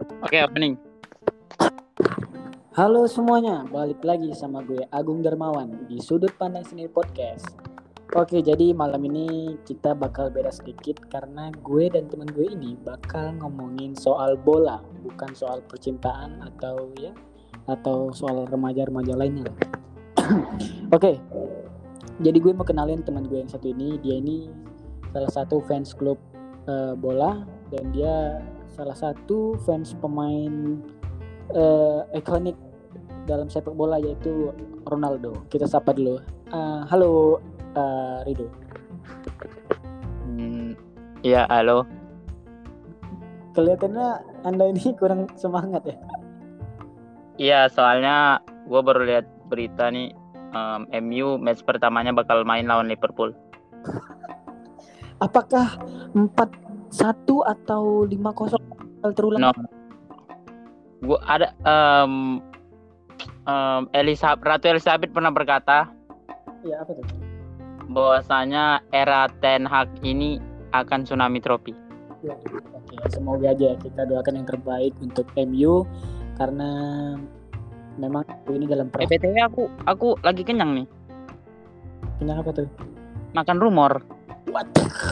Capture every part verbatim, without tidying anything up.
Oke, opening. Halo semuanya, balik lagi sama gue Agung Darmawan di Sudut Pandang Seni Podcast. Oke, jadi malam ini kita bakal beda sedikit karena gue dan teman gue ini bakal ngomongin soal bola, bukan soal percintaan atau ya atau soal remaja-remaja lainnya lah. Oke, jadi gue mau kenalin teman gue yang satu ini. Dia ini salah satu fans klub uh, bola dan dia salah satu fans pemain uh, ikonik dalam sepak bola yaitu Ronaldo. Kita sapa dulu. Uh, halo uh, Rido. Hmm, ya, halo. Kelihatannya Anda ini kurang semangat ya? Iya, soalnya gue baru lihat berita nih, um, M U match pertamanya bakal main lawan Liverpool. Apakah empat satu atau lima kosong terulang? No. Gua ada um, um, Elizabeth, Ratu Elizabeth pernah berkata, ya apa tuh? Bahwasanya era Ten Hag ini akan tsunami trofi. Ya, oke, semoga aja kita doakan yang terbaik untuk M U karena memang ini dalam Eh, B T W aku aku lagi kenyang nih. Kenyang apa tuh? Makan rumor. What?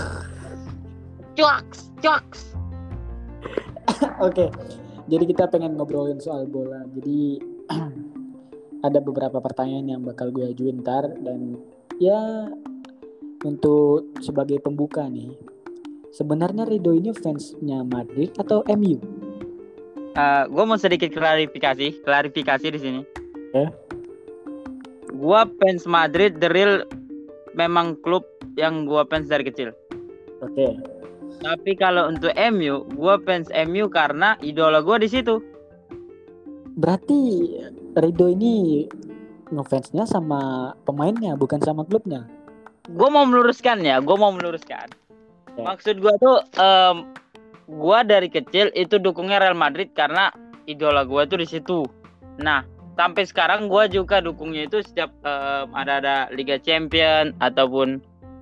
Cuaks, cuaks. Oke, jadi kita pengen ngobrolin soal bola. Jadi ada beberapa pertanyaan yang bakal gue ajuin ntar dan ya untuk sebagai pembuka nih. Sebenarnya Rido ini fansnya Madrid atau M U? Uh, gue mau sedikit klarifikasi, klarifikasi di sini. Eh? Gue fans Madrid, the real memang klub yang gue fans dari kecil. Oke. Okay. Tapi kalau untuk M U, gue fans M U karena idola gue di situ. Berarti Rido ini ngefansnya sama pemainnya, bukan sama klubnya. Gue mau meluruskan ya, gue mau meluruskan. Okay. Maksud gue tuh, um, gue dari kecil itu dukungnya Real Madrid karena idola gue tuh di situ. Nah, sampai sekarang gue juga dukungnya itu setiap um, ada ada Liga Champion ataupun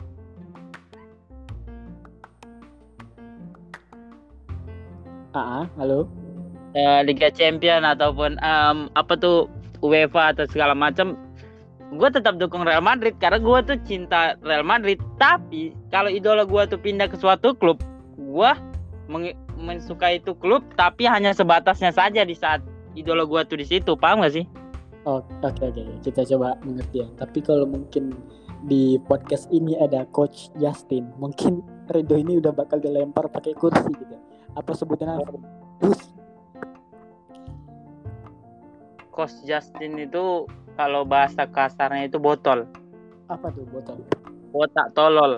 Ah, halo. Uh, Liga Champion ataupun um, apa tuh UEFA atau segala macam, gue tetap dukung Real Madrid karena gue tuh cinta Real Madrid. Tapi kalau idola gue tuh pindah ke suatu klub, gue meng- mensukai itu klub tapi hanya sebatasnya saja di saat idola gue tuh di situ. Paham gak sih? Oh, oke okay, oke okay. Kita coba mengerti ya. Tapi kalau mungkin di podcast ini ada Coach Justin, mungkin Rido ini udah bakal dilempar pakai kursi gitu. Apa sebutannya? Bus. Coach Justin itu kalau bahasa kasarnya itu botol. Apa tuh botol? Botak tolol.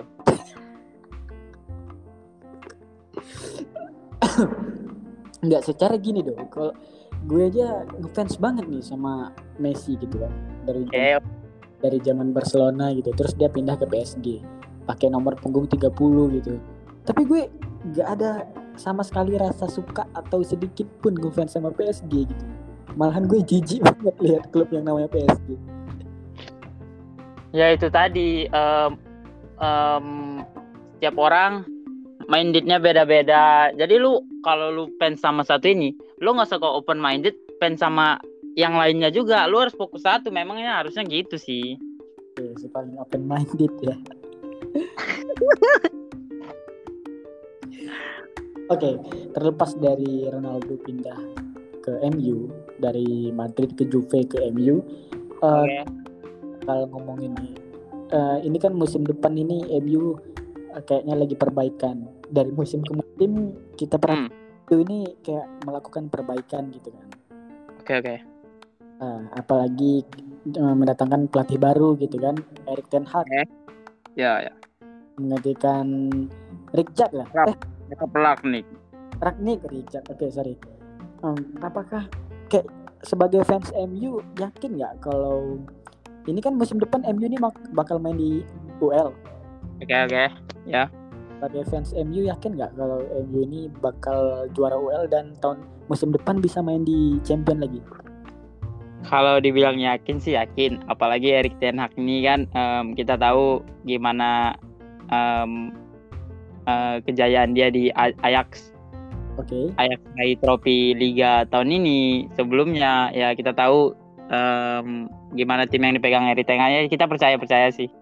Enggak, secara gini dong. Kalau gue aja ngefans banget nih sama Messi gitu kan. Dari okay. dari zaman Barcelona gitu. Terus dia pindah ke P S G. Pakai nomor punggung tiga puluh gitu. Tapi gue enggak ada sama sekali rasa suka atau sedikit pun gue fans sama P S G gitu. Malahan gue jijik banget lihat klub yang namanya P S G. Ya itu tadi um, um, setiap orang mindednya beda-beda. Jadi lu kalau lu fans sama satu ini, lu nggak usah kok open minded, fans sama yang lainnya juga. Lu harus fokus satu. Memangnya harusnya gitu sih. Oke, si paling open minded ya. Oke, okay, terlepas dari Ronaldo pindah ke M U, dari Madrid ke Juve ke M U, uh, okay. Kalau ngomongin nih, uh, ini kan musim depan ini M U uh, kayaknya lagi perbaikan. Dari musim ke musim kita pernah hmm. ini kayak melakukan perbaikan gitu kan. Oke okay, oke. Okay. Uh, apalagi uh, mendatangkan pelatih baru gitu kan, Erik ten Hag. Okay. Ya ya. Menggantikan Rijkaard lah. Rap. Eh. Ragnik. Ragnik Rijkaard. Oke, okay, sorry. Um, apakah kayak sebagai fans M U yakin nggak kalau ini kan musim depan M U ini bakal main di U L? Oke okay, oke. Okay. Ya. Sebagai fans M U yakin nggak kalau M U ini bakal juara U L dan tahun musim depan bisa main di Champion lagi? Kalau dibilang yakin sih yakin. Apalagi Erik ten Hag ini kan um, kita tahu gimana um, Uh, kejayaan dia di Ajax. Oke. Ajax meraih trofi Liga tahun ini. Sebelumnya ya kita tahu um, gimana tim yang dipegang Erik ten Hag, ya kita percaya-percaya sih.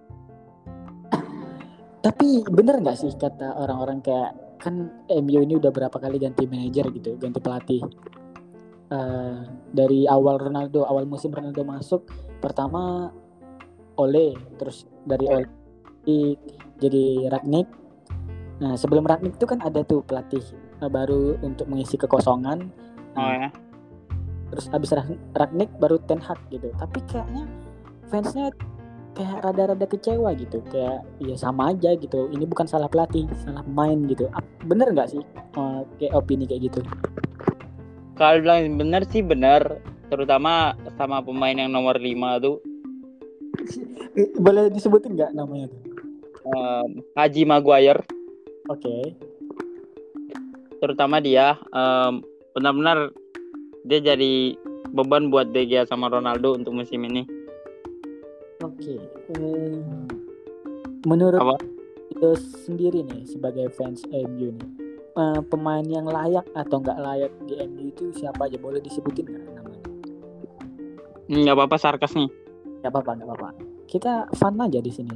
Tapi bener nggak sih kata orang-orang kayak kan M U ini udah berapa kali ganti manajer gitu, ganti pelatih. Uh, dari awal Ronaldo, awal musim Ronaldo masuk, pertama Ole, terus dari Ole jadi Rangnick. Nah sebelum Rangnick itu kan ada tuh pelatih uh, baru untuk mengisi kekosongan. Nah, Oh ya. Terus abis Rangnick baru Ten Hag gitu. Tapi kayaknya fansnya kayak rada-rada kecewa gitu, kayak ya sama aja gitu. Ini bukan salah pelatih, salah pemain gitu. Bener nggak sih uh, kayak opini kayak gitu? Kalau bilang benar sih benar, terutama sama pemain yang nomor lima tuh. Boleh disebutin nggak namanya tuh? Um, Haji Maguire. Oke. Okay. Terutama dia um, benar-benar dia jadi beban buat De Gea sama Ronaldo untuk musim ini. Oke. Okay. Um, menurut Apa? Itu sendiri nih sebagai fans M U nih, uh, pemain yang layak atau nggak layak di M U itu siapa aja? Boleh disebutin nggak namanya? Nggak apa-apa sarkas nih. Nggak apa-apa, nggak apa-apa. Kita fun aja di sini.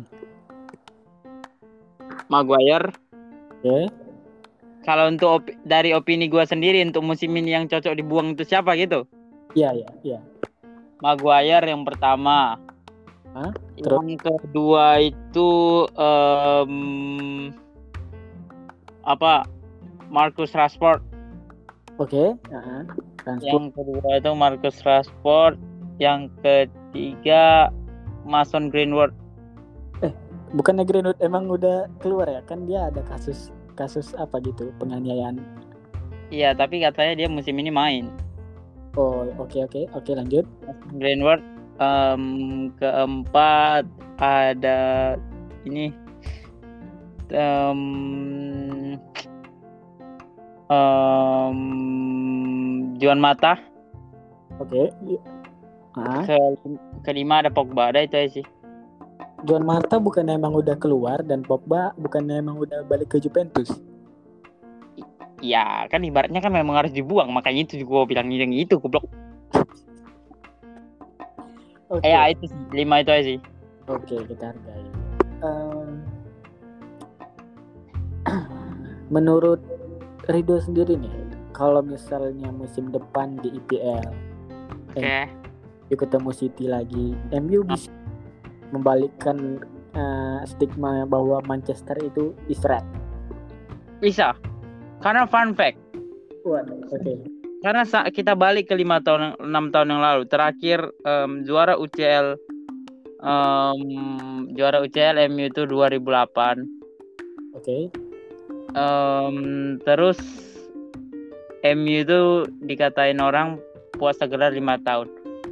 Maguire. Oke. Okay. Kalau untuk op- dari opini gue sendiri untuk musim ini yang cocok dibuang itu siapa gitu? Iya, iya, iya. Maguire yang pertama. Hah? Yang kedua itu um, apa? Marcus Rashford. Oke. Okay. Uh-huh. Yang kedua itu Marcus Rashford. Yang ketiga Mason Greenwood. Eh, bukannya Greenwood emang udah keluar ya? Kan dia ada kasus kasus apa gitu, penganiayaan. Iya, tapi katanya dia musim ini main. Oh, oke okay, oke. Okay. Oke, okay, lanjut. Greenwood. Um, keempat ada ini um, um, Juan Mata. Oke. Okay. Ah. Ke, kelima ada Pogba, ada itu aja sih. Juan Mata bukan emang udah keluar dan Pogba bukan emang udah balik ke Juventus. Ya kan ibaratnya kan memang harus dibuang, makanya itu juga bilang yang itu goblok. Okay. Eh ya itu sih, lima itu aja sih. Oke, okay, kita hargai. Um, menurut Ridho sendiri nih, kalau misalnya musim depan di I P L, oke, okay. eh, ketemu City lagi, M U bisa membalikkan uh, stigma bahwa Manchester itu Israel? Bisa, karena fun fact. Waduh, oke. Okay. Karena saat kita balik ke lima tahun, enam tahun yang lalu, terakhir um, juara U C L, um, juara U C L M U itu dua ribu delapan. Oke. Okay. Um, terus M U itu dikatain orang puasa gelar lima tahun.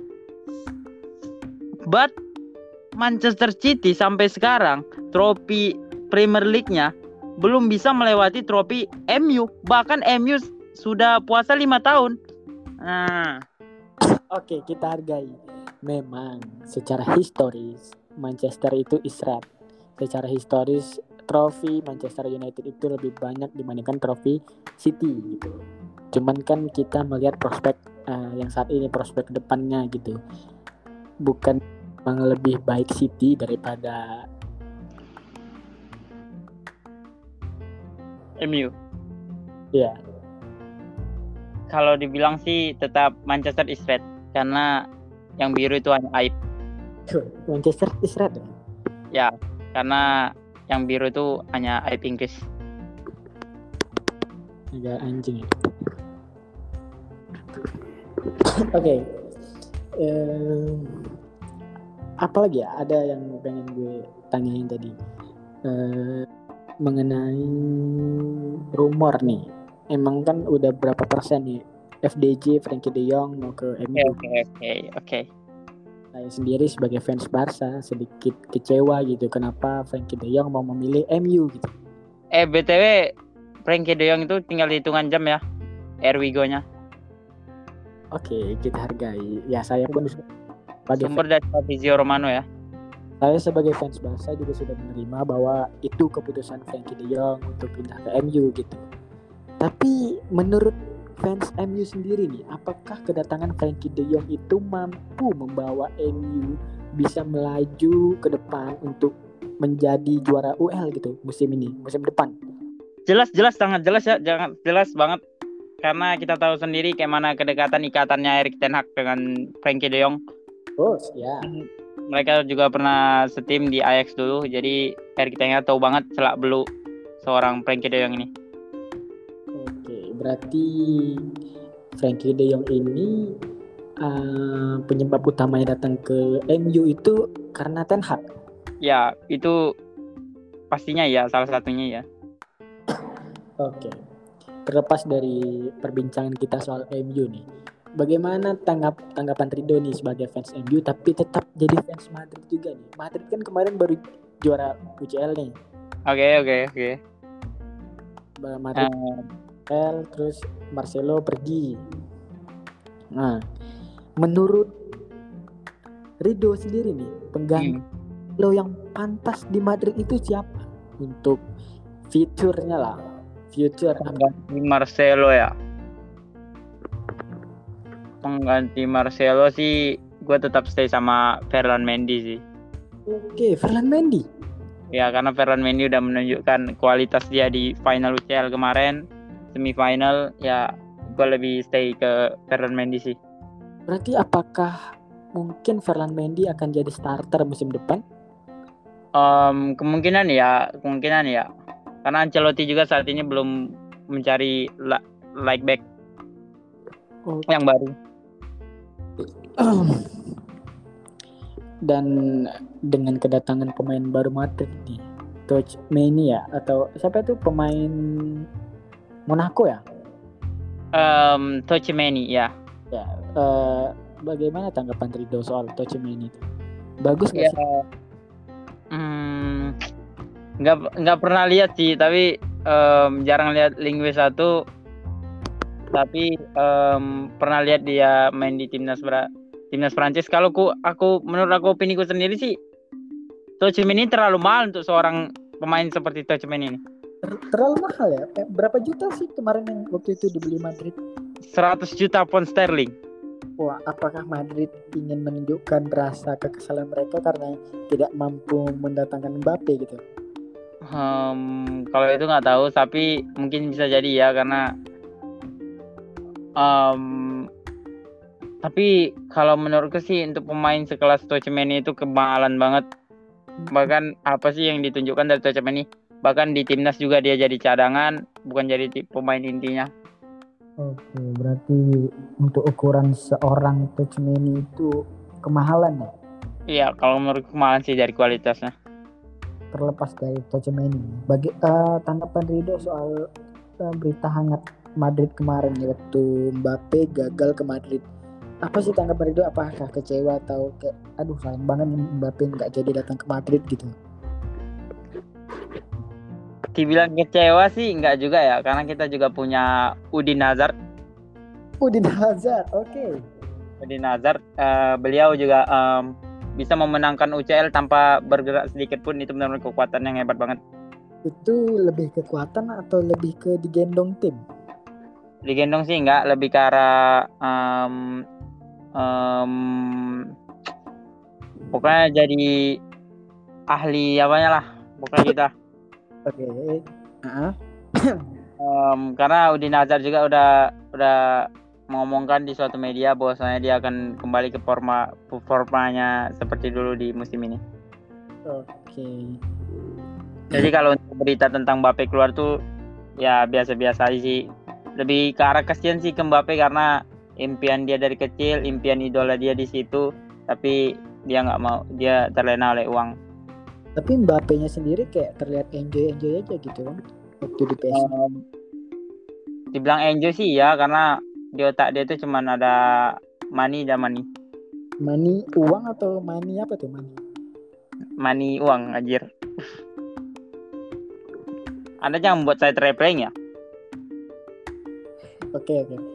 But Manchester City sampai sekarang trofi Premier League-nya belum bisa melewati trofi M U. Bahkan M U sudah puasa lima tahun. Nah. Oke, kita hargai. Memang secara historis Manchester itu Israel. Secara historis trofi Manchester United itu lebih banyak dibandingkan trofi City gitu. Cuman kan kita melihat prospek uh, yang saat ini, prospek depannya gitu. Bukan memang lebih baik City daripada M U. Iya. Yeah. Kalau dibilang sih tetap Manchester is red karena yang biru itu hanya aib. Manchester is red. Ya, karena yang biru itu hanya aib Inggris. Agak anjing ya. Oke. Okay. Um, apa lagi ya? Ada yang pengen gue tanyain tadi. Uh, mengenai rumor nih. Emang kan udah berapa persen nih F D J Frankie De Jong mau ke M U? Oke oke oke. Saya sendiri sebagai fans Barca sedikit kecewa gitu. Kenapa Frankie De Jong mau memilih M U gitu? Eh B T W Frankie De Jong itu tinggal hitungan jam ya R W Go-nya. Oke, kita hargai. Ya saya pun sebagai sumber dari Fabrizio Romano ya. Saya sebagai fans Barca juga sudah menerima bahwa itu keputusan Frankie De Jong untuk pindah ke M U gitu. Tapi menurut fans M U sendiri nih, apakah kedatangan Frankie De Jong itu mampu membawa M U bisa melaju ke depan untuk menjadi juara U E L gitu musim ini, musim depan? Jelas jelas sangat jelas ya, jangan jelas banget. Karena kita tahu sendiri kayak mana kedekatan ikatannya Erik ten Hag dengan Frankie De Jong. Oh, ya. Mereka juga pernah setim di Ajax dulu, jadi Erik ten Hag tahu banget selak beluk seorang Frankie De Jong ini. Oke, berarti Frankie De Jong ini uh, penyebab utamanya datang ke M U itu karena Ten Hag. Ya, itu pastinya ya, salah satunya ya. Oke. Terlepas dari perbincangan kita soal M U nih, bagaimana tanggap tanggapan Rido nih sebagai fans M U tapi tetap jadi fans Madrid juga nih. Madrid kan kemarin baru juara U C L nih. Oke, oke, oke. Madrid uh. L, terus Marcelo pergi. Nah, menurut Rido sendiri nih, pengganti hmm. lo yang pantas di Madrid itu siapa untuk future-nya lah? Future pengganti Marcelo ya. Pengganti Marcelo sih, gue tetap stay sama Ferland Mendy sih. Oke, Ferland Mendy. Ya, karena Ferland Mendy udah menunjukkan kualitas dia di final U C L kemarin, semifinal, ya gue lebih stay ke Ferland Mendy sih. Berarti apakah mungkin Ferland Mendy akan jadi starter musim depan? Um, kemungkinan ya, kemungkinan ya. Karena Ancelotti juga saat ini belum mencari la- like back oh. yang baru. Dan dengan kedatangan pemain baru Madrid nih, Tchouaméni ya, atau siapa itu pemain Monaco ya? Um, Tchouaméni ya. Ya, uh, bagaimana tanggapan Rido soal Tchouaméni itu? Bagus nggak ya. sih? Hmm, nggak nggak pernah lihat sih, tapi um, jarang lihat Ligue satu. Tapi um, pernah lihat dia main di timnas Bra- timnas Prancis. Kalau ku aku menurut aku opini ku sendiri sih, Tchouaméni terlalu mahal untuk seorang pemain seperti Tchouaméni ini. Ter- terlalu mahal ya? Eh, berapa juta sih kemarin yang waktu itu dibeli Madrid? seratus juta pound sterling. Wah, apakah Madrid ingin menunjukkan rasa kekesalan mereka karena tidak mampu mendatangkan Mbappe gitu? Um, kalau itu nggak tahu, tapi mungkin bisa jadi ya, karena um, tapi kalau menurutku sih untuk pemain sekelas Tchouaméni itu kemahalan banget. Bahkan apa sih yang ditunjukkan dari Tchouaméni? Bahkan di timnas juga dia jadi cadangan, bukan jadi pemain intinya. Oke, berarti untuk ukuran seorang Tchouaméni itu kemahalan ya? Iya, kalau menurut kemahalan sih dari kualitasnya. Terlepas dari Tchouaméni, bagi uh, tanggapan Rido soal uh, berita hangat Madrid kemarin ya, waktu Mbappe gagal ke Madrid. Apa sih tanggapan Rido? Apakah kecewa atau kayak aduh sayang banget Mbappe nggak jadi datang ke Madrid gitu? Dibilang kecewa sih enggak juga ya, karena kita juga punya Eden Hazard. Eden Hazard, oke. Okay. Eden Hazard, uh, beliau juga um, bisa memenangkan U C L tanpa bergerak sedikit pun. Itu benar-benar kekuatan yang hebat banget. Itu lebih kekuatan atau lebih ke digendong tim? Digendong sih enggak, lebih ke arah um, um, pokoknya jadi ahli apanya lah, pokoknya kita. Oke. Okay. Uh-huh. um, karena Eden Hazard juga udah udah mengomongkan di suatu media bahwasanya dia akan kembali ke forma performanya seperti dulu di musim ini. Oke. Okay. Jadi kalau berita tentang Mbappe keluar tuh ya biasa-biasa aja sih. Lebih ke arah kasihan sih ke Mbappe karena impian dia dari kecil, impian idola dia di situ, tapi dia nggak mau, dia terlena oleh uang. Tapi Mbappe-nya sendiri kayak terlihat enjoy-enjoy aja gitu kan waktu di P S G. Um, dibilang enjoy sih ya, karena di otak dia itu cuma ada money dan money. Money uang atau money apa tuh money? Money uang anjir. Anda jangan membuat saya traveling ya. Oke oke.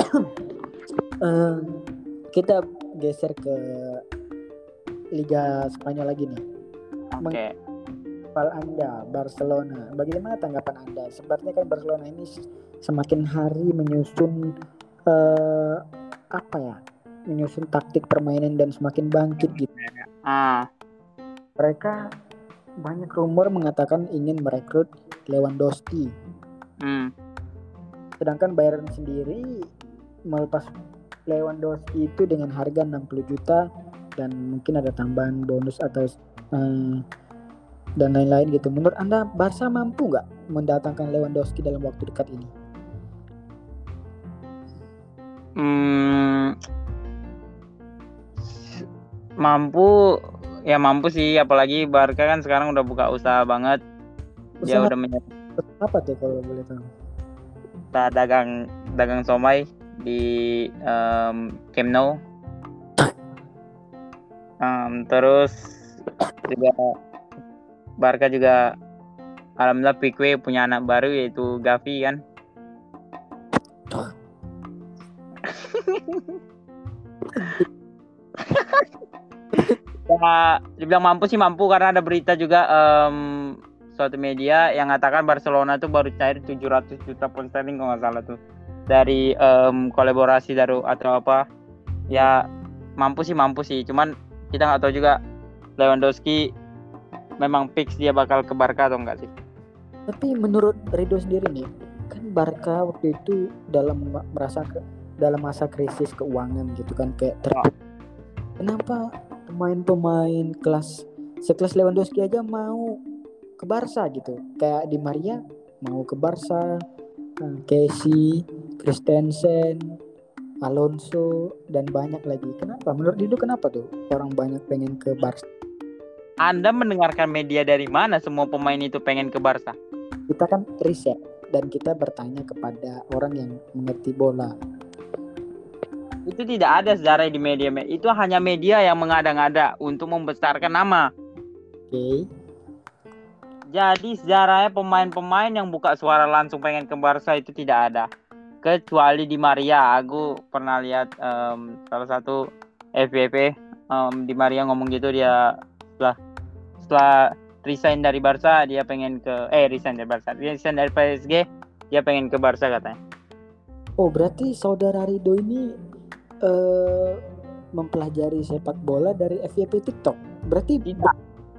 uh, kita geser ke Liga Spanyol lagi nih. Oke. Okay. rival Anda, Barcelona. Bagaimana tanggapan Anda? Sepertinya kan Barcelona ini semakin hari menyusun eh, apa ya? Menyusun taktik permainan dan semakin bangkit gitu. Ah. Mereka banyak rumor mengatakan ingin merekrut Lewandowski. Hmm. Sedangkan Bayern sendiri melepas Lewandowski itu dengan harga enam puluh juta dan mungkin ada tambahan bonus atau uh, dan lain-lain gitu. Menurut Anda Barca mampu nggak mendatangkan Lewandowski dalam waktu dekat ini? Hmm, mampu ya mampu sih, apalagi Barca kan sekarang udah buka usaha banget. Dia Usaha udah menyiapkan apa tuh kalau boleh tahu? kita dagang dagang somai di um, Camp Nou. Um, terus juga Barca juga alhamdulillah Pique punya anak baru yaitu Gavi kan. Ya, dibilang mampu sih mampu karena ada berita juga um, suatu media yang mengatakan Barcelona tuh baru cair tujuh ratus juta pound sterling kalau nggak salah tuh dari um, kolaborasi dari atau apa. Ya mampu sih mampu sih, cuman kita nggak tahu juga Lewandowski memang fix dia bakal ke Barca atau enggak sih. Tapi menurut Ridho sendiri nih, kan Barca waktu itu dalam merasa ke, dalam masa krisis keuangan gitu kan kayak terpuruk. Kenapa pemain-pemain kelas sekelas Lewandowski aja mau ke Barca gitu? Kayak Di Maria mau ke Barca, Casey, Christensen, Alonso dan banyak lagi. Kenapa? Menurut Ridho kenapa tuh orang banyak pengen ke Barca? Anda mendengarkan media dari mana semua pemain itu pengen ke Barca? Kita kan riset dan kita bertanya kepada orang yang mengerti bola. Itu tidak ada sejarah di media, itu hanya media yang mengada-ngada untuk membesarkan nama. Oke. Okay. Jadi sejarahnya pemain-pemain yang buka suara langsung pengen ke Barca itu tidak ada. Kecuali Di Maria, aku pernah lihat um, salah satu F Y P um, Di Maria ngomong gitu, dia setelah setelah resign dari Barca dia pengen ke eh resign dari Barca, resign dari P S G dia pengen ke Barca katanya. Oh berarti saudara Ridho ini uh, mempelajari sepak bola dari F Y P TikTok? Berarti tidak.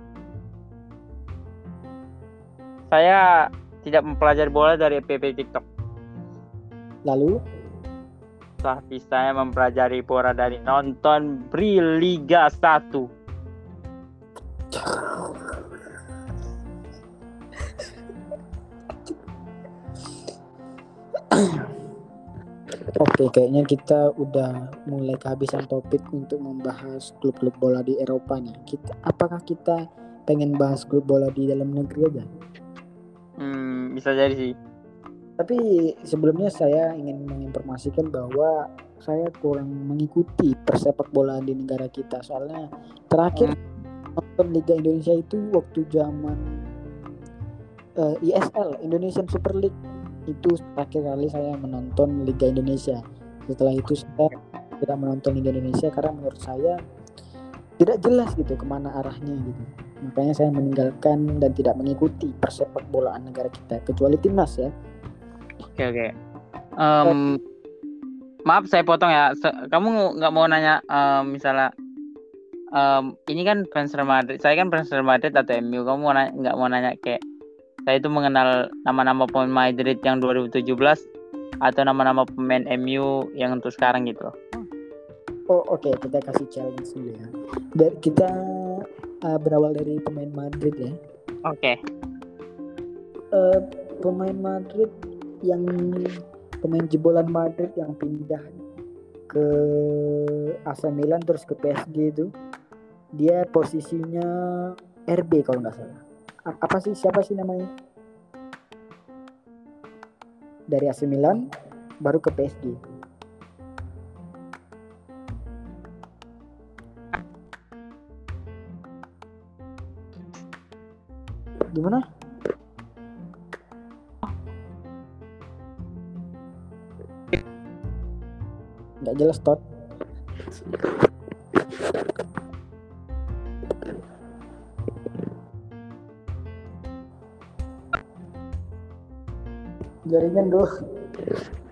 Saya tidak mempelajari bola dari F Y P TikTok. Lalu? Tapi saya mempelajari bola dari nonton Bri Liga satu. Oke, kayaknya kita udah mulai kehabisan topik untuk membahas klub-klub bola di Eropa nih. Kita, apakah kita pengen bahas klub bola di dalam negeri aja? Hmm, bisa jadi sih. Tapi sebelumnya saya ingin menginformasikan bahwa saya kurang mengikuti persepak bola di negara kita. Soalnya terakhir hmm. nonton Liga Indonesia itu waktu zaman uh, I S L, Indonesian Super League. Itu terakhir kali saya menonton Liga Indonesia. Setelah itu saya tidak menonton Liga Indonesia karena menurut saya tidak jelas gitu kemana arahnya gitu. Makanya saya meninggalkan dan tidak mengikuti persepak bolaan negara kita, kecuali timnas ya. Oke oke. Um, maaf saya potong ya. Kamu nggak mau nanya um, misalnya um, ini kan fans Real Madrid, saya kan fans Real Madrid atau M U. Kamu mau nanya, nggak mau nanya kayak saya itu mengenal nama-nama pemain Madrid yang dua ribu tujuh belas atau nama-nama pemain M U yang untuk sekarang gitu loh. Oh oke, okay. Kita kasih challenge dulu ya. Dan kita uh, berawal dari pemain Madrid ya. Oke. Okay. Uh, pemain Madrid yang pemain jebolan Madrid yang pindah ke A C Milan terus ke P S G itu, dia posisinya R B kalau nggak salah. Apa sih siapa sih namanya? Dari A C Milan baru ke P S G. Gimana? Nggak jelas tot. Jaringan, bro.